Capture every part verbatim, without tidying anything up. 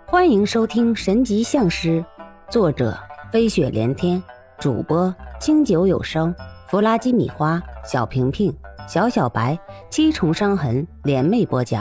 欢迎收听神级相师，作者飞雪连天，主播清酒有声，弗拉基米花，小平平，小小白，七重伤痕联袂播讲。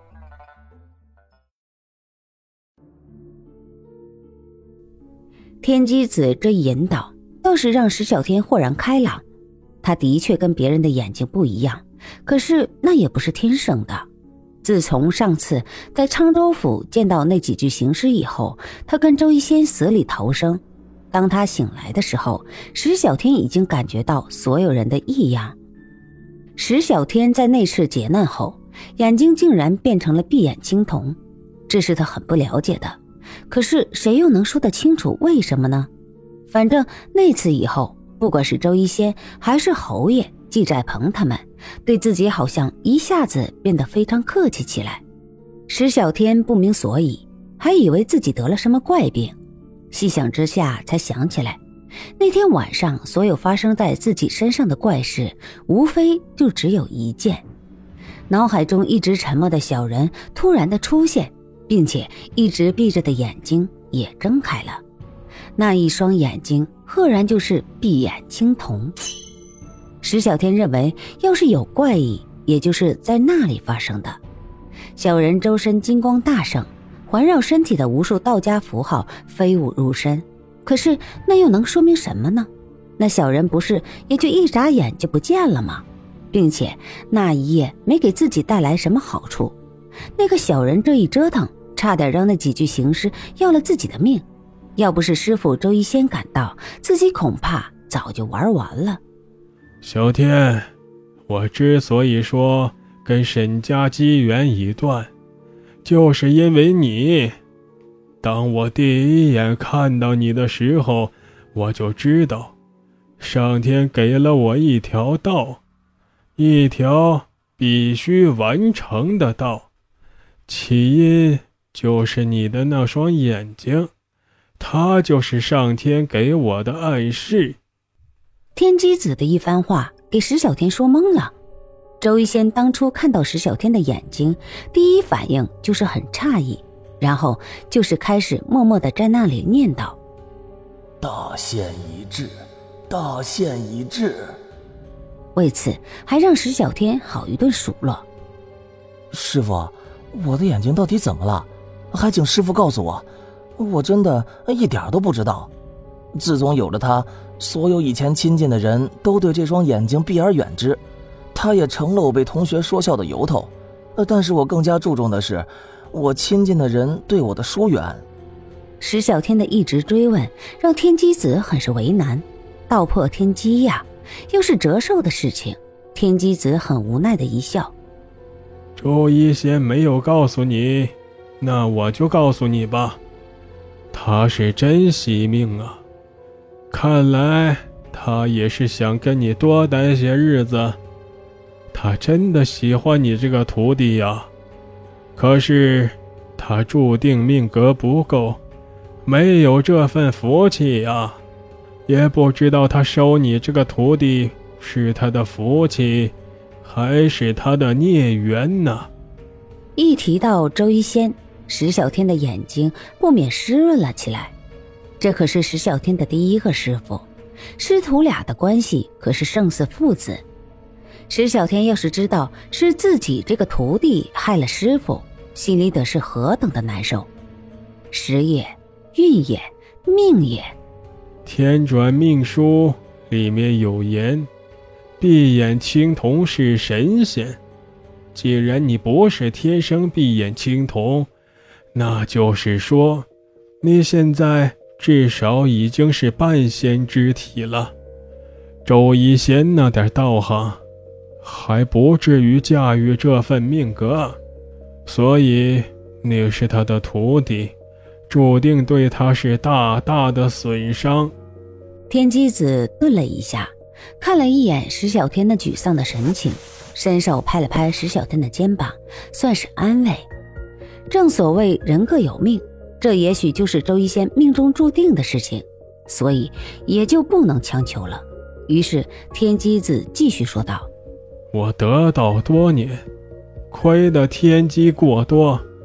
天机子这一引导倒是让石小天豁然开朗，他的确跟别人的眼睛不一样，可是那也不是天生的。自从上次在沧州府见到那几具行尸以后，他跟周一仙死里逃生。当他醒来的时候，石小天已经感觉到所有人的异样。石小天在那次劫难后，眼睛竟然变成了闭眼青铜，这是他很不了解的。可是谁又能说得清楚为什么呢？反正那次以后，不管是周一仙还是侯爷季寨鹏他们，对自己好像一下子变得非常客气起来。石小天不明所以，还以为自己得了什么怪病，细想之下才想起来，那天晚上所有发生在自己身上的怪事，无非就只有一件。脑海中一直沉默的小人突然的出现，并且一直闭着的眼睛也睁开了，那一双眼睛赫然就是闭眼青铜。石小天认为，要是有怪异，也就是在那里发生的。小人周身金光大盛，环绕身体的无数道家符号飞舞入身，可是那又能说明什么呢？那小人不是也就一眨眼就不见了吗？并且那一夜没给自己带来什么好处，那个小人这一折腾，差点让那几具行尸要了自己的命。要不是师父周一仙赶到，自己恐怕早就玩完了。 小天，我之所以说跟沈家机缘已断，就是因为你。当我第一眼看到你的时候，我就知道上天给了我一条道，一条必须完成的道。起因就是你的那双眼睛，它就是上天给我的暗示。 天机子的一番话给石小天说懵了。周一仙当初看到石小天的眼睛，第一反应就是很诧异，然后就是开始默默地在那里念叨： 大限已至，大限已至。 为此还让石小天好一顿数落。 师父，我的眼睛到底怎么了？还请师父告诉我，我真的一点都不知道。自从有了它，所有以前亲近的人都对这双眼睛避而远之，它也成了我被同学说笑的由头。但是我更加注重的是，我亲近的人对我的疏远。 石小天的一直追问让天机子很是为难，道破天机呀，又是折寿的事情。天机子很无奈的一笑： 周一仙没有告诉你，那我就告诉你吧，他是真惜命啊。看来他也是想跟你多待些日子，他真的喜欢你这个徒弟呀。可是他注定命格不够，没有这份福气呀。也不知道他收你这个徒弟是他的福气，还是他的孽缘呢？ 一提到周一仙，石小天的眼睛不免湿润了起来。这可是石小天的第一个师父，师徒俩的关系可是胜似父子。石小天要是知道是自己这个徒弟害了师父，心里得是何等的难受。时也，运也，命也。 天转命书里面有言，闭眼青铜是神仙。既然你不是天生闭眼青铜，那就是说你现在至少已经是半仙之体了。周一仙那点道行还不至于驾驭这份命格，所以你是他的徒弟，注定对他是大大的损伤。 天机子顿了一下，看了一眼石小天那沮丧的神情，伸手拍了拍石小天的肩膀，算是安慰。正所谓人各有命，这也许就是周一仙命中注定的事情，所以也就不能强求了。于是天机子继续说道： 我得道多年，亏得天机过多，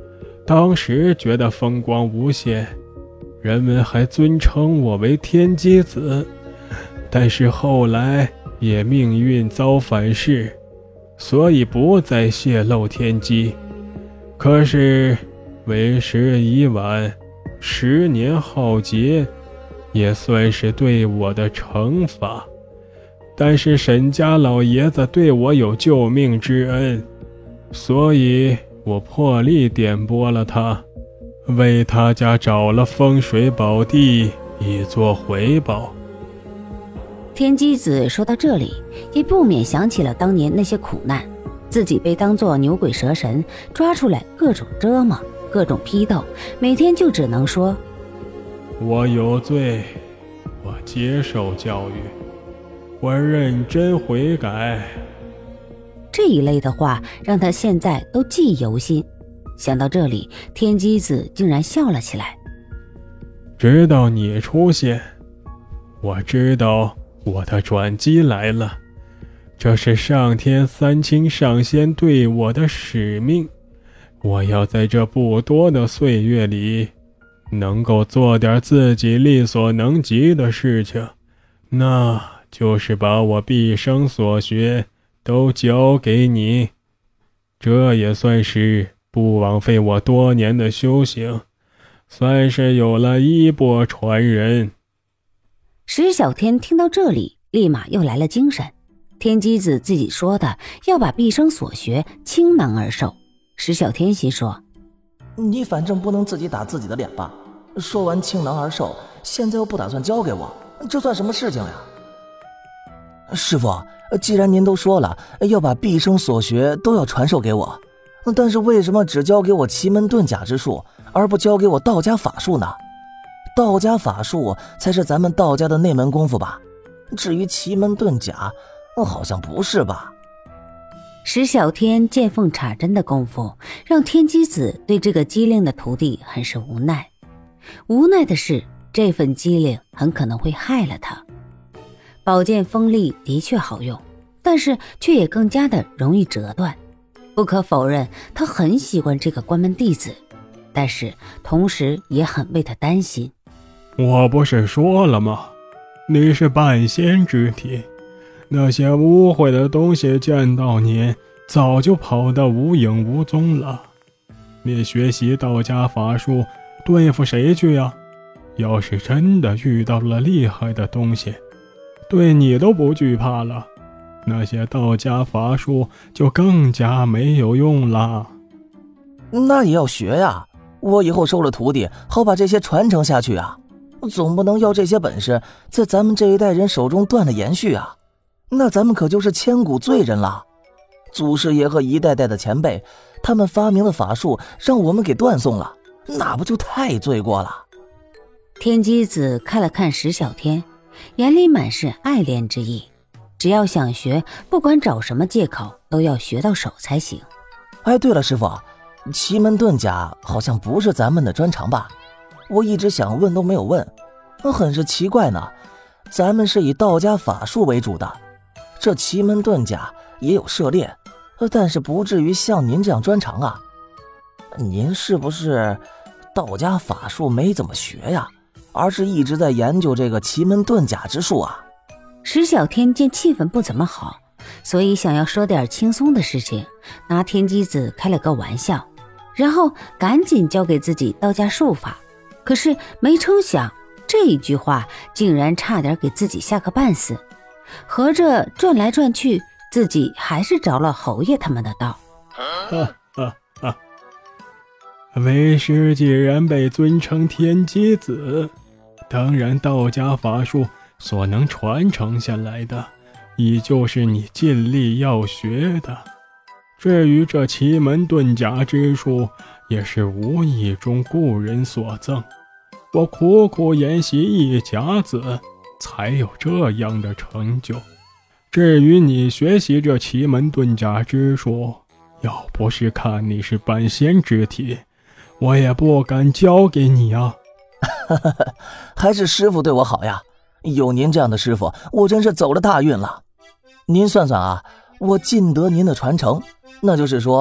当时觉得风光无限，人们还尊称我为天机子，但是后来也命运遭反噬，所以不再泄露天机。可是为时已晚，十年浩劫，也算是对我的惩罚。但是沈家老爷子对我有救命之恩，所以我破例点拨了他，为他家找了风水宝地以作回报。 天机子说到这里，也不免想起了当年那些苦难，自己被当作牛鬼蛇神抓出来，各种折磨，各种批斗，每天就只能说： 我有罪，我接受教育，我认真悔改。 这一类的话让他现在都记忆犹新。想到这里，天机子竟然笑了起来。 直到你出现，我知道我的转机来了，这是上天三清上仙对我的使命。我要在这不多的岁月里，能够做点自己力所能及的事情，那就是把我毕生所学都交给你，这也算是不枉费我多年的修行，算是有了衣钵传人。 石小天听到这里，立马又来了精神。天机子自己说的要把毕生所学倾囊而授，石小天心说： 你反正不能自己打自己的脸吧？说完倾囊而授，现在又不打算交给我，这算什么事情呀？师父，既然您都说了要把毕生所学都要传授给我，但是为什么只教给我奇门遁甲之术，而不教给我道家法术呢？道家法术才是咱们道家的内门功夫吧？至于奇门遁甲，好像不是吧？ 石小天见缝插针的功夫，让天机子对这个机灵的徒弟很是无奈。无奈的是，这份机灵很可能会害了他。宝剑锋利的确好用，但是却也更加的容易折断。不可否认，他很喜欢这个关门弟子，但是同时也很为他担心。 我不是说了吗？你是半仙之体，那些污秽的东西见到你，早就跑得无影无踪了。你学习道家法术，对付谁去呀？要是真的遇到了厉害的东西，对你都不惧怕了，那些道家法术就更加没有用了。 那也要学呀，我以后收了徒弟，好把这些传承下去啊。总不能要这些本事在咱们这一代人手中断了延续啊，那咱们可就是千古罪人了。祖师爷和一代代的前辈，他们发明的法术让我们给断送了，那不就太罪过了？ 天机子看了看石小天，眼里满是爱怜之意。只要想学，不管找什么借口，都要学到手才行。 哎，对了，师傅，奇门遁甲好像不是咱们的专长吧？我一直想问都没有问，很是奇怪呢。咱们是以道家法术为主的，这奇门遁甲也有涉猎，但是不至于像您这样专长啊。您是不是道家法术没怎么学呀，而是一直在研究这个奇门遁甲之术啊？ 石小天见气氛不怎么好，所以想要说点轻松的事情，拿天机子开了个玩笑，然后赶紧教给自己道家术法。可是没成想，这一句话竟然差点给自己吓个半死。合着转来转去，自己还是着了侯爷他们的道。 哈哈哈！为师既然被尊称天机子，当然道家法术所能传承下来的，依旧是你尽力要学的。至于这奇门遁甲之术，也是无意中故人所赠，我苦苦研习一甲子，才有这样的成就。至于你学习这奇门遁甲之术，要不是看你是半仙之体，我也不敢教给你啊。 还是师父对我好呀，有您这样的师父，我真是走了大运了。您算算啊，我尽得您的传承，那就是说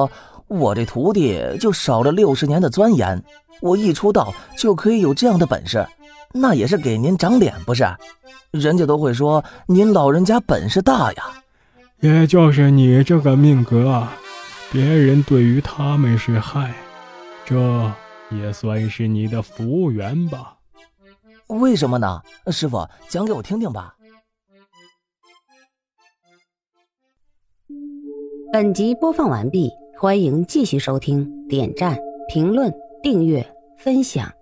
我这徒弟就少了六十年的钻研，我一出道就可以有这样的本事，那也是给您长脸不是？人家都会说您老人家本事大呀。 也就是你这个命格，别人对于他们是害，这也算是你的福缘吧。 为什么呢？师傅，讲给我听听吧。 本集播放完毕，欢迎继续收听，点赞、评论、订阅、分享。